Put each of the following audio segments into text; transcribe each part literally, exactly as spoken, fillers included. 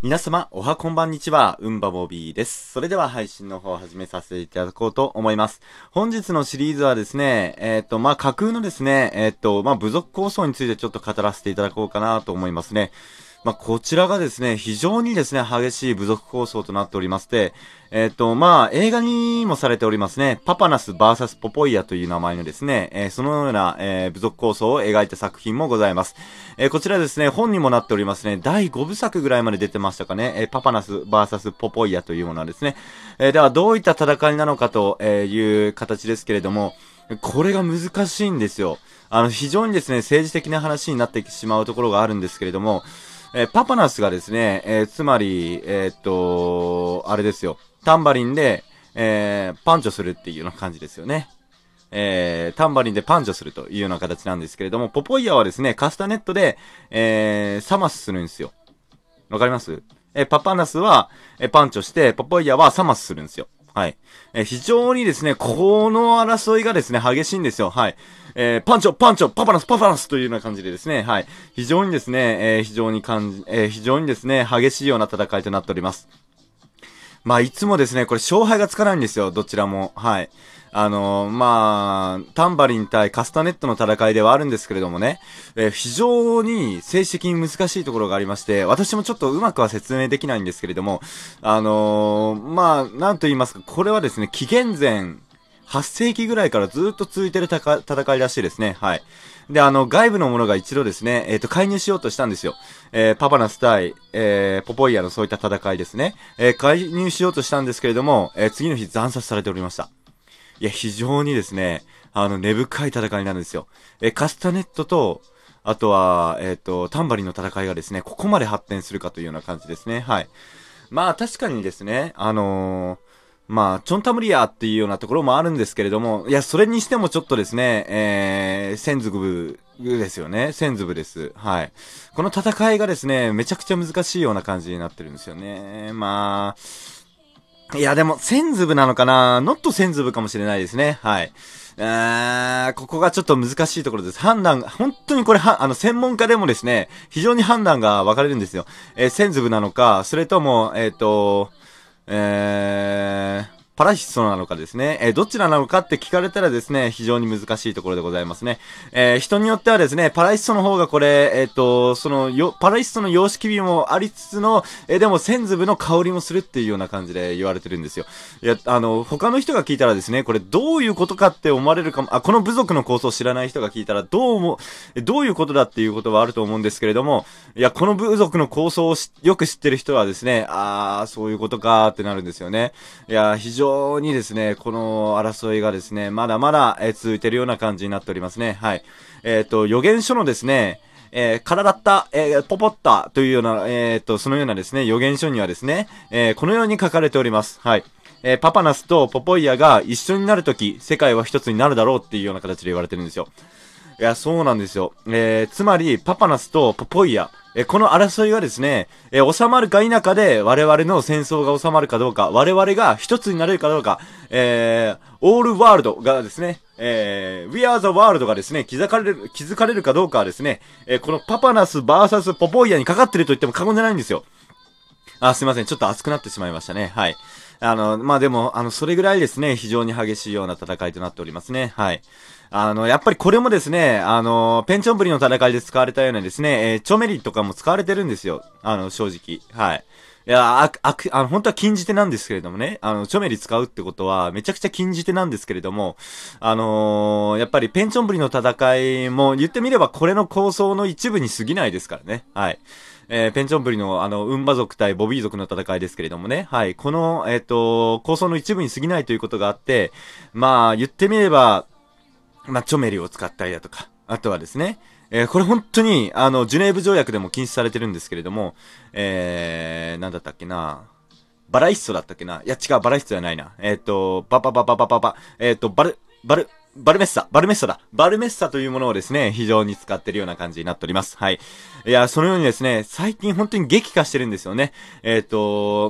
皆様、おはこんばんにちは、うんばボビーです。それでは配信の方を始めさせていただこうと思います。本日のシリーズはですね、えっと、まあ、架空のですね、えっと、まあ、部族構想についてちょっと語らせていただこうかなと思いますね。まあ、こちらがですね、非常にですね、激しい部族構想となっておりまして、えっと、まあ、映画にもされておりますね、パパナス ブイエス ポポイアという名前のですね、えー、そのような、えー、部族構想を描いた作品もございます。えー、こちらですね、本にもなっておりますね、だいごぶさくぐらいまで出てましたかね、えー、パパナス ブイエス ポポイアというものはですね、えー、ではどういった戦いなのかという形ですけれども、これが難しいんですよ。あの、非常にですね、政治的な話になってしまうところがあるんですけれども、えー、パパナスがですね、えー、つまり、えー、っと、あれですよ。タンバリンで、えー、パンチョするっていうような感じですよね。えー、タンバリンでパンチョするというような形なんですけれども、ポポイヤはですね、カスタネットで、えー、サマスするんですよ。わかります？えー、パパナスは、えー、パンチョして、ポポイヤはサマスするんですよ。はい。えー、非常にですね、この争いがですね、激しいんですよ。はい。えー、パンチョ、パンチョ、パパナス、パパナスというような感じでですね、はい。非常にですね、えー、非常に感じ、えー、非常にですね、激しいような戦いとなっております。まあ、いつもですね、これ勝敗がつかないんですよ、どちらも。はい。あのー、まあ、タンバリン対カスタネットの戦いではあるんですけれどもね、えー、非常に政治的に難しいところがありまして、私もちょっとうまくは説明できないんですけれども、あのー、まあ、なんと言いますか、これはですね、紀元前はっせいきぐらいからずっと続いてるたか戦いらしいですね。はい。で、あの、外部の者が一度ですね、えっと、介入しようとしたんですよ。えー、パパナス対、えー、ポポイヤのそういった戦いですね。えー、介入しようとしたんですけれども、えー、次の日惨殺されておりました。いや、非常にですね、あの、根深い戦いなんですよ。えー、カスタネットと、あとは、えっと、タンバリンの戦いがですね、ここまで発展するかというような感じですね。はい。まあ、確かにですね、あのー、まあ、チョンタムリアっていうようなところもあるんですけれども、いや、それにしてもちょっとですね、えー、センズブですよね。センズブです。はい。この戦いがですね、めちゃくちゃ難しいような感じになってるんですよね。まあ、いや、でも、センズブなのかな？ノットセンズブかもしれないですね。はい。あー、ここがちょっと難しいところです。判断、本当にこれは、あの、専門家でもですね、非常に判断が分かれるんですよ。えー、センズブなのか、それとも、えっと、えー、パラシソなのかですね、えー、どちらなのかって聞かれたらですね、非常に難しいところでございますね。えー、人によってはですね、パラシソの方がこれ、えっ、ー、と、その、よ、パラシソの様式美もありつつの、えー、でも、センズブの香りもするっていうような感じで言われてるんですよ。いや、あの、他の人が聞いたらですね、これどういうことかって思われるかも、あ、この部族の構想を知らない人が聞いたら、どうも、どういうことだっていうことはあると思うんですけれども、いや、この部族の構想をよく知ってる人はですね、あー、そういうことかーってなるんですよね。いや、非常にですね、この争いがですね、まだまだ、えー、続いているような感じになっておりますね。はい。えっと、予言書のですね、えー、からだった、えー、ポポッタというような、えー、っと、そのようなですね、予言書にはですね、えー、このように書かれております。はい。えー、パパナスとポポイヤが一緒になるとき、世界は一つになるだろうっていうような形で言われてるんですよ。いや、そうなんですよ。えー、つまり、パパナスとポポイヤ、えー、この争いがですね、えー、収まるか否かで、我々の戦争が収まるかどうか、我々が一つになれるかどうか、えー、オールワールドがですね、えー、We are the world がですね、気づかれる、気づかれるかどうかはですね、えー、このパパナス ブイエス ポポイヤにかかってると言っても過言じゃないんですよ。あ、すいません。ちょっと熱くなってしまいましたね。はい。あの、まあ、でも、あの、それぐらいですね、非常に激しいような戦いとなっておりますね。はい。あの、やっぱりこれもですね、あの、ペンチョンブリの戦いで使われたようなですね、えー、チョメリとかも使われてるんですよ。あの、正直。はい。いや、あ、あ、あの、本当は禁じ手なんですけれどもね。あの、チョメリ使うってことは、めちゃくちゃ禁じ手なんですけれども、あのー、やっぱりペンチョンブリの戦いも、言ってみればこれの構想の一部に過ぎないですからね。はい。えー、ペンチョンブリの、あの、ウンバ族対ボビー族の戦いですけれどもね。はい。この、えっと、構想の一部に過ぎないということがあって、まあ、言ってみれば、まあ、チョメリを使ったりだとか、あとはですね、えー、これ本当に、あの、ジュネーブ条約でも禁止されてるんですけれども、えー、なんだったっけな、バライッソだったっけな、いや違う、バライッソじゃないな。えっ、ー、と、バババババババ、えっ、ー、と、バル、バル、バルメッサ、バルメッサだ。バルメッサというものをですね、非常に使っているような感じになっております。はい。いや、そのようにですね、最近本当に激化してるんですよね。えっ、ー、と、まあ、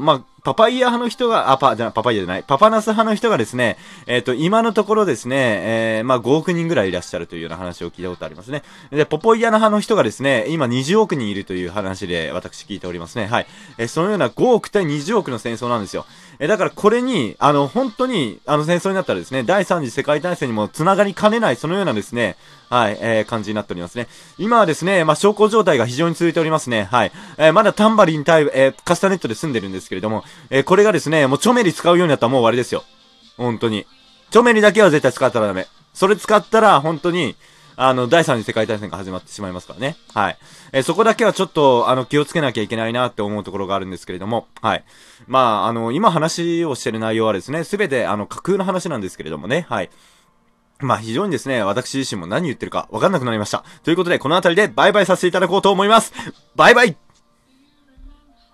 パパイヤ派の人が、あ、パ、じゃパパイヤじゃない、パパナス派の人がですね、えっ、ー、と、今のところですね、えー、まあ、ごおくにんぐらいいらっしゃるというような話を聞いたことありますね。で、ポポイヤ派の人がですね、今にじゅうおくにんいるという話で、私聞いておりますね。はい。えー、そのようなごおく対にじゅうおくの戦争なんですよ。えー、だからこれに、あの、本当に、あの戦争になったらですね、第三次世界大戦にも繋がりかねない、そのようなですね、はい、えー、感じになっておりますね。今はですね、まあ、小康状態が非常に続いておりますね。はい。えー、まだタンバリン対、えー、カスタネットで住んでるんですけれども、えー、これがですね、もうチョメリ使うようになったらもう終わりですよ。本当に。チョメリだけは絶対使ったらダメ。それ使ったら、本当に、あの、第三次世界大戦が始まってしまいますからね。はい。えー、そこだけはちょっと、あの、気をつけなきゃいけないなって思うところがあるんですけれども、はい。まあ、あの、今話をしてる内容はですね、すべて、あの、架空の話なんですけれどもね、はい。まあ非常にですね、私自身も何言ってるか分かんなくなりました。ということで、この辺りでバイバイさせていただこうと思います。バイバイ。